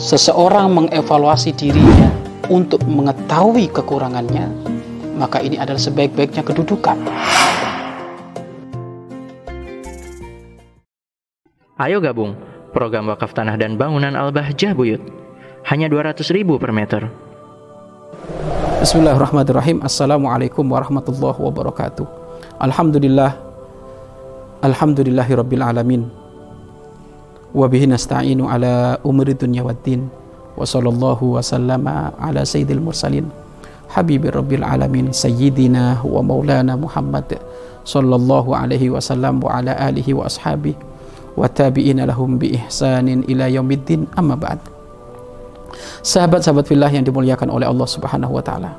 seseorang mengevaluasi dirinya untuk mengetahui kekurangannya, maka ini adalah sebaik-baiknya kedudukan. Ayo gabung program wakaf tanah dan bangunan Al-Bahjah Buyut. Hanya 200.000 per meter. Bismillahirrahmanirrahim. Assalamualaikum warahmatullahi wabarakatuh. Alhamdulillahi rabbil alamin. Wa bihi nasta'inu ala umuri dunya waddin. Wa sallallahu wa sallama ala sayyidil mursalin. Habibir rabbil alamin sayyidina wa maulana Muhammad sallallahu alaihi wasallam wa ala alihi wa ashabihi wa tabi'ina lahum bi ihsanin ila yaumiddin, amma ba'd. Sahabat-sahabat fillah yang dimuliakan oleh Allah Subhanahu wa taala.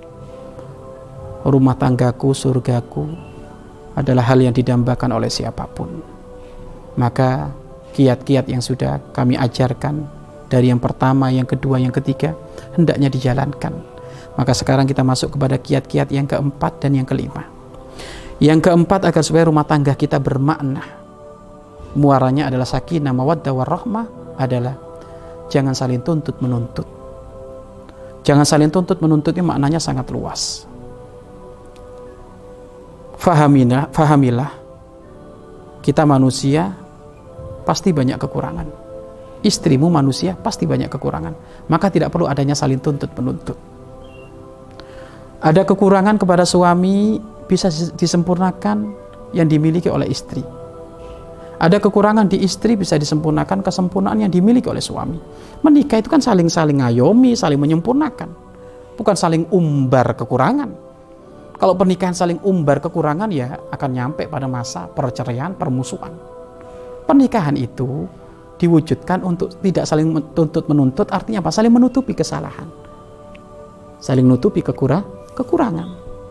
Rumah tanggaku, surgaku adalah hal yang didambakan oleh siapapun. Maka kiat-kiat yang sudah kami ajarkan dari yang pertama, yang kedua, yang ketiga hendaknya dijalankan. Maka sekarang kita masuk kepada kiat-kiat yang keempat dan yang kelima. Yang keempat, agar supaya rumah tangga kita bermakna, muaranya adalah sakinah, mawaddah, warahmah, adalah jangan saling tuntut menuntut. Jangan saling tuntut menuntut ini maknanya sangat luas. Fahamilah, kita manusia pasti banyak kekurangan. Istrimu manusia pasti banyak kekurangan. Maka tidak perlu adanya saling tuntut menuntut. Ada kekurangan kepada suami bisa disempurnakan yang dimiliki oleh istri. Ada kekurangan di istri bisa disempurnakan kesempurnaan yang dimiliki oleh suami. Menikah itu kan saling ngayomi, saling menyempurnakan, bukan saling umbar kekurangan. Kalau pernikahan saling umbar kekurangan, ya akan nyampe pada masa perceraian, permusuhan. Pernikahan itu diwujudkan untuk tidak saling tuntut menuntut, artinya apa? Saling menutupi kesalahan, saling menutupi kekurangan.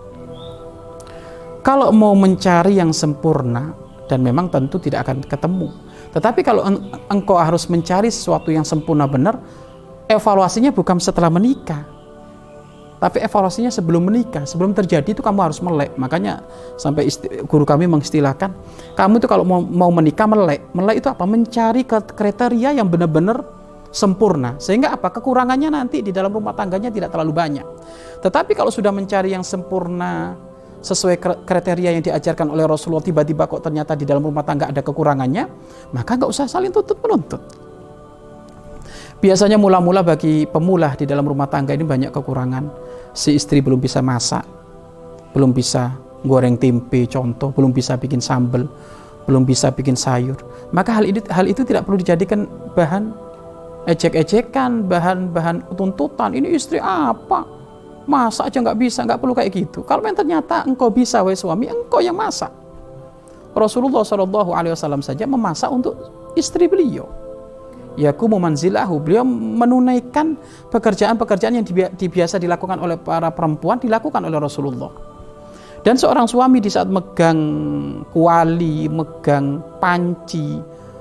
Kalau mau mencari yang sempurna, dan memang tentu tidak akan ketemu. Tetapi kalau engkau harus mencari sesuatu yang sempurna benar, evaluasinya bukan setelah menikah, tapi evaluasinya sebelum menikah. Sebelum terjadi itu kamu harus melek. Makanya sampai guru kami mengistilahkan, kamu itu kalau mau menikah melek. Melek itu apa? Mencari kriteria yang benar-benar sempurna. Sehingga apa? Kekurangannya nanti di dalam rumah tangganya tidak terlalu banyak. Tetapi kalau sudah mencari yang sempurna, sesuai kriteria yang diajarkan oleh Rasulullah, tiba-tiba kok ternyata di dalam rumah tangga ada kekurangannya, maka nggak usah saling tuntut menuntut. Biasanya mula-mula bagi pemula di dalam rumah tangga ini banyak kekurangan. Si istri belum bisa masak, belum bisa goreng tempe contoh, belum bisa bikin sambal, belum bisa bikin sayur. Maka hal itu tidak perlu dijadikan bahan ejek-ejekan, bahan tuntutan. Ini istri apa? Masak aja nggak bisa, nggak perlu kayak gitu. Kalau memang ternyata engkau bisa, wahai suami, engkau yang masak. Rasulullah SAW saja memasak untuk istri beliau. Yaqumu manzilahu, beliau menunaikan pekerjaan-pekerjaan yang biasa dilakukan oleh para perempuan, dilakukan oleh Rasulullah. Dan seorang suami di saat megang kuali, megang panci,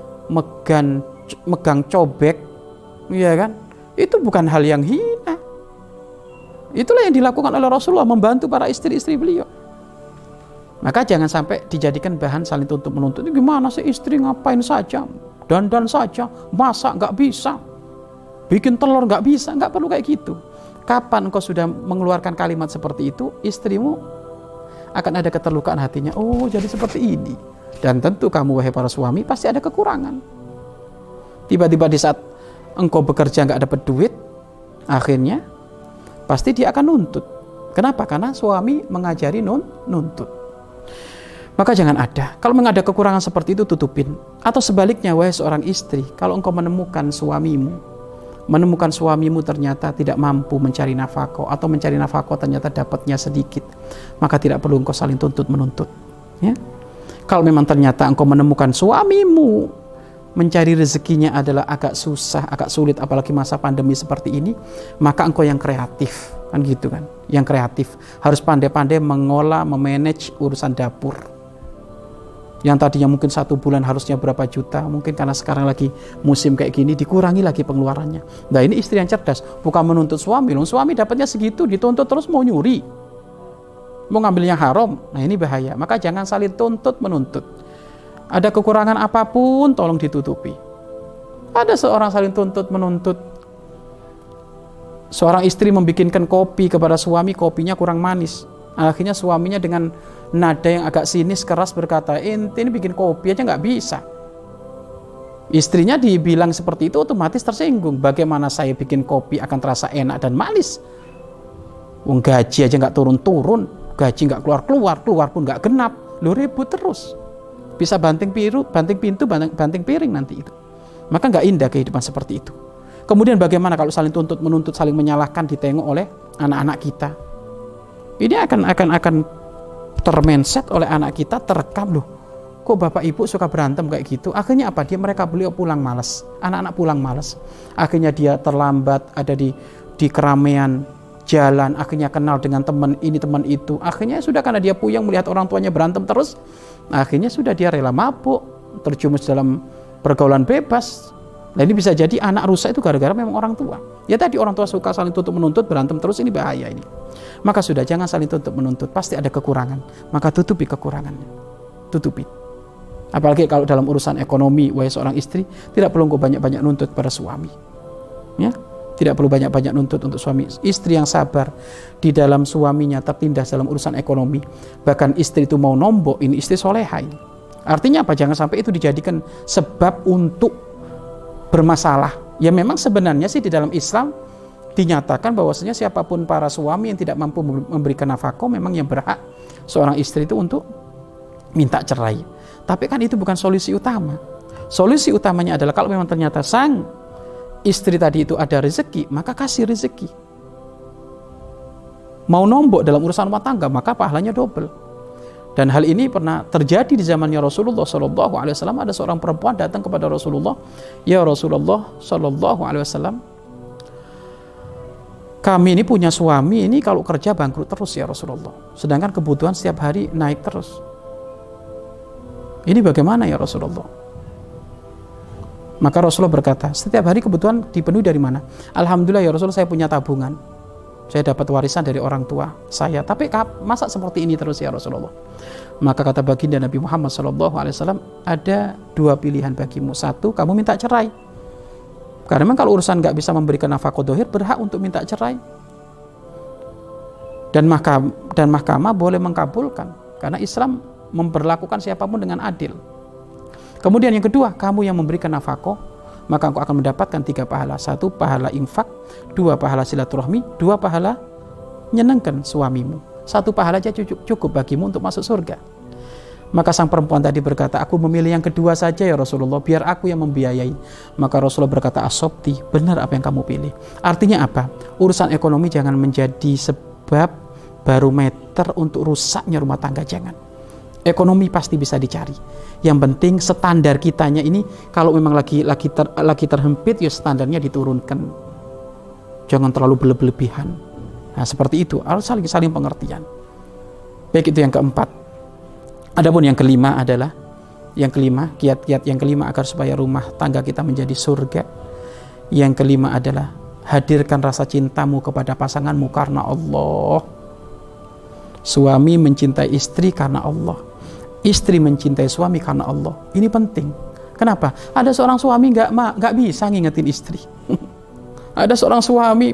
megang cobek, ya kan? Itu bukan hal yang hina. Itulah yang dilakukan oleh Rasulullah, membantu para istri-istri beliau. Maka jangan sampai dijadikan bahan saling tuntut menuntut. Gimana sih istri ngapain saja, dandan saja, masak nggak bisa, bikin telur nggak bisa, nggak perlu kayak gitu. Kapan engkau sudah mengeluarkan kalimat seperti itu, istrimu akan ada keterlukaan hatinya. Oh, jadi seperti ini. Dan tentu kamu, wahai para suami, pasti ada kekurangan. Tiba-tiba di saat engkau bekerja nggak dapat duit, akhirnya pasti dia akan nuntut. Kenapa? Karena suami mengajari nuntut. Maka jangan ada. Kalau memang ada kekurangan seperti itu, tutupin. Atau sebaliknya, wahai seorang istri, kalau engkau menemukan suamimu ternyata tidak mampu mencari nafkah, atau mencari nafkah ternyata dapatnya sedikit, maka tidak perlu engkau saling tuntut menuntut. Ya? Kalau memang ternyata engkau menemukan suamimu mencari rezekinya adalah agak susah, agak sulit, apalagi masa pandemi seperti ini, maka engkau yang kreatif, kan gitu kan? Yang kreatif harus pandai-pandai mengolah, memanage urusan dapur. Yang tadinya mungkin 1 bulan harusnya berapa juta, mungkin karena sekarang lagi musim kayak gini dikurangi lagi pengeluarannya. Nah, ini istri yang cerdas, bukan menuntut suami. Loh, suami dapatnya segitu, dituntut terus mau nyuri, mau ngambil yang haram. Nah, ini bahaya. Maka jangan saling tuntut menuntut. Ada kekurangan apapun tolong ditutupi. Ada seorang saling tuntut menuntut Seorang istri membikinkan kopi kepada suami, kopinya kurang manis. Akhirnya suaminya dengan nada yang agak sinis, keras berkata, ente ini bikin kopi aja nggak bisa. Istrinya dibilang seperti itu otomatis tersinggung. Bagaimana saya bikin kopi akan terasa enak dan manis? Wong gaji aja nggak turun-turun, gaji nggak keluar-keluar, keluar pun nggak genap. Lu ribut terus. Bisa banting pintu, banting piring nanti itu. Maka nggak indah kehidupan seperti itu. Kemudian bagaimana kalau saling tuntut menuntut, saling menyalahkan ditengok oleh anak-anak kita? Ini akan termenset oleh anak kita, terekam loh. Kok bapak ibu suka berantem kayak gitu? Akhirnya apa? Beliau pulang malas. Anak-anak pulang malas. Akhirnya dia terlambat, ada di keramaian jalan. Akhirnya kenal dengan teman ini, teman itu. Akhirnya sudah, karena dia puyeng melihat orang tuanya berantem terus. Akhirnya sudah dia rela mabuk, terjumus dalam pergaulan bebas. Nah ini bisa jadi anak rusak itu gara-gara memang orang tua. Ya tadi orang tua suka saling tuntut menuntut, berantem terus, ini bahaya ini. Maka sudah, jangan saling tuntut menuntut, pasti ada kekurangan. Maka tutupi kekurangannya. Tutupi. Apalagi kalau dalam urusan ekonomi, wahai seorang istri, tidak perlu banyak-banyak nuntut pada suami. Ya, tidak perlu banyak-banyak nuntut untuk suami. Istri yang sabar di dalam suaminya tertindas dalam urusan ekonomi, bahkan istri itu mau nombok, ini istri soleha ini. Artinya apa? Jangan sampai itu dijadikan sebab untuk bermasalah. Ya memang sebenarnya sih di dalam Islam dinyatakan bahwasanya siapapun para suami yang tidak mampu memberikan nafkah, memang yang berhak seorang istri itu untuk minta cerai. Tapi kan itu bukan solusi utama. Solusi utamanya adalah kalau memang ternyata sang istri tadi itu ada rezeki, maka kasih rezeki. Mau nombok dalam urusan rumah tangga, maka pahalanya double. Dan hal ini pernah terjadi di zamannya Rasulullah SAW. Ada seorang perempuan datang kepada Rasulullah, ya Rasulullah SAW, kami ini punya suami, ini kalau kerja bangkrut terus ya Rasulullah. Sedangkan kebutuhan setiap hari naik terus. Ini bagaimana ya Rasulullah? Maka Rasulullah berkata, setiap hari kebutuhan dipenuhi dari mana? Alhamdulillah ya Rasulullah, saya punya tabungan. Saya dapat warisan dari orang tua saya. Tapi masa seperti ini terus ya Rasulullah? Maka kata baginda Nabi Muhammad SAW, ada dua pilihan bagimu. Satu, kamu minta cerai. Karena memang kalau urusan nggak bisa memberikan nafkah dohir, berhak untuk minta cerai. Dan mahkamah boleh mengkabulkan. Karena Islam memperlakukan siapapun dengan adil. Kemudian yang kedua, kamu yang memberikan nafkah, maka engkau akan mendapatkan 3 pahala. 1 pahala infak, 2 pahala silaturahmi, 2 pahala nyenengkan suamimu. 1 pahala aja cukup bagimu untuk masuk surga. Maka sang perempuan tadi berkata, aku memilih yang kedua saja ya Rasulullah, biar aku yang membiayai. Maka Rasulullah berkata, asobti, benar apa yang kamu pilih. Artinya apa? Urusan ekonomi jangan menjadi sebab barometer untuk rusaknya rumah tangga, jangan. Ekonomi pasti bisa dicari. Yang penting standar kitanya ini, kalau memang lagi terhempit, ya standarnya diturunkan. Jangan terlalu berlebihan. Nah, seperti itu, harus saling pengertian. Baik, itu yang keempat. Adapun yang kelima adalah, kiat-kiat yang kelima agar supaya rumah tangga kita menjadi surga. Yang kelima adalah, hadirkan rasa cintamu kepada pasanganmu karena Allah. Suami mencintai istri karena Allah. Istri mencintai suami karena Allah. Ini penting. Kenapa? Ada seorang suami nggak bisa ngingetin istri. Ada seorang suami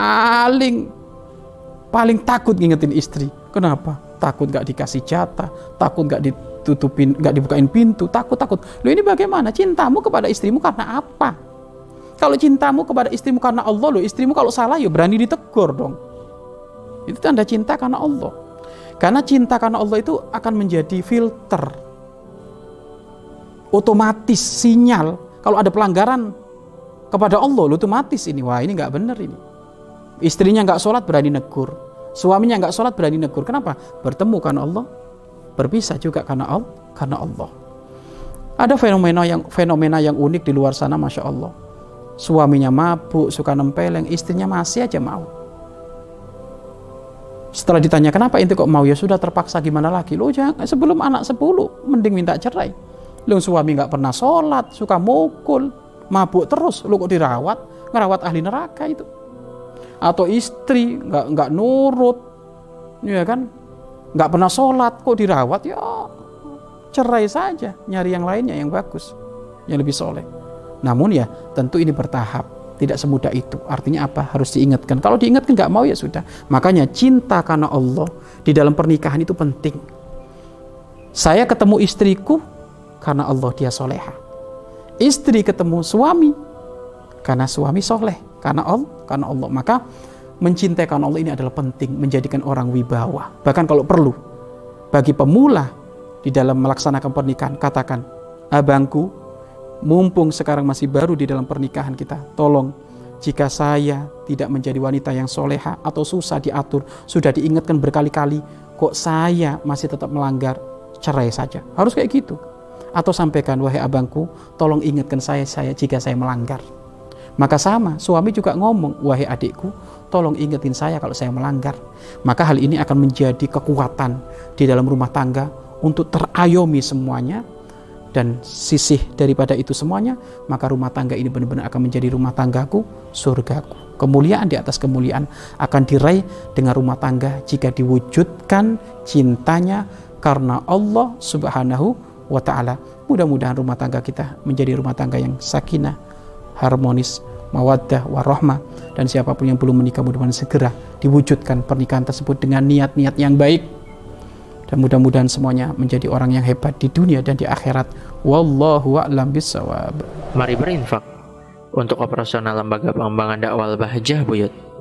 paling takut ngingetin istri. Kenapa? Takut nggak dikasih jatah, takut nggak dibukain pintu, takut. Loh, ini bagaimana? Cintamu kepada istrimu karena apa? Kalau cintamu kepada istrimu karena Allah, loh, istrimu kalau salah ya berani ditegur dong. Itu tanda cinta karena Allah. Karena cinta karena Allah itu akan menjadi filter, otomatis sinyal. Kalau ada pelanggaran kepada Allah, otomatis ini, wah ini nggak benar ini. Istrinya nggak sholat berani negur, suaminya nggak sholat berani negur. Kenapa? Bertemu karena Allah, berpisah juga karena Allah. Ada fenomena yang unik di luar sana, masya Allah. Suaminya mabuk, suka nempeleng, istrinya masih aja mau. Setelah ditanya kenapa ente kok mau, ya sudah terpaksa, gimana lagi. Loh, jangan, sebelum anak 10 mending minta cerai. Loh, suami nggak pernah sholat, suka mukul, mabuk terus, lo kok ngerawat ahli neraka itu. Atau istri nggak nurut, ya kan, nggak pernah sholat, kok dirawat, ya cerai saja, nyari yang lainnya yang bagus, yang lebih soleh. Namun ya tentu ini bertahap. Tidak semudah itu. Artinya apa? Harus diingatkan. Kalau diingatkan nggak mau ya sudah. Makanya cinta karena Allah di dalam pernikahan itu penting. Saya ketemu istriku karena Allah, dia soleha. Istri ketemu suami karena suami soleh. Karena Allah. Maka mencintai karena Allah ini adalah penting, menjadikan orang wibawa. Bahkan kalau perlu, bagi pemula di dalam melaksanakan pernikahan, katakan, abangku, mumpung sekarang masih baru di dalam pernikahan kita, tolong jika saya tidak menjadi wanita yang soleha atau susah diatur, sudah diingatkan berkali-kali, kok saya masih tetap melanggar, cerai saja. Harus kayak gitu. Atau sampaikan, wahai abangku, tolong ingatkan saya jika saya melanggar. Maka sama, suami juga ngomong, wahai adikku, tolong ingetin saya kalau saya melanggar. Maka hal ini akan menjadi kekuatan di dalam rumah tangga untuk terayomi semuanya. Dan sisih daripada itu semuanya, maka rumah tangga ini benar-benar akan menjadi rumah tanggaku, surgaku. Kemuliaan di atas kemuliaan akan diraih dengan rumah tangga jika diwujudkan cintanya karena Allah Subhanahu wa ta'ala. Mudah-mudahan rumah tangga kita menjadi rumah tangga yang sakinah, harmonis, mawaddah, warahmah. Dan siapapun yang belum menikah, mudah-mudahan segera diwujudkan pernikahan tersebut dengan niat-niat yang baik. Dan mudah-mudahan semuanya menjadi orang yang hebat di dunia dan di akhirat. Wallahu a'lam bishawab. Mari berinfak untuk operasional lembaga pengembangan dakwah Al-Bahjah Buyut.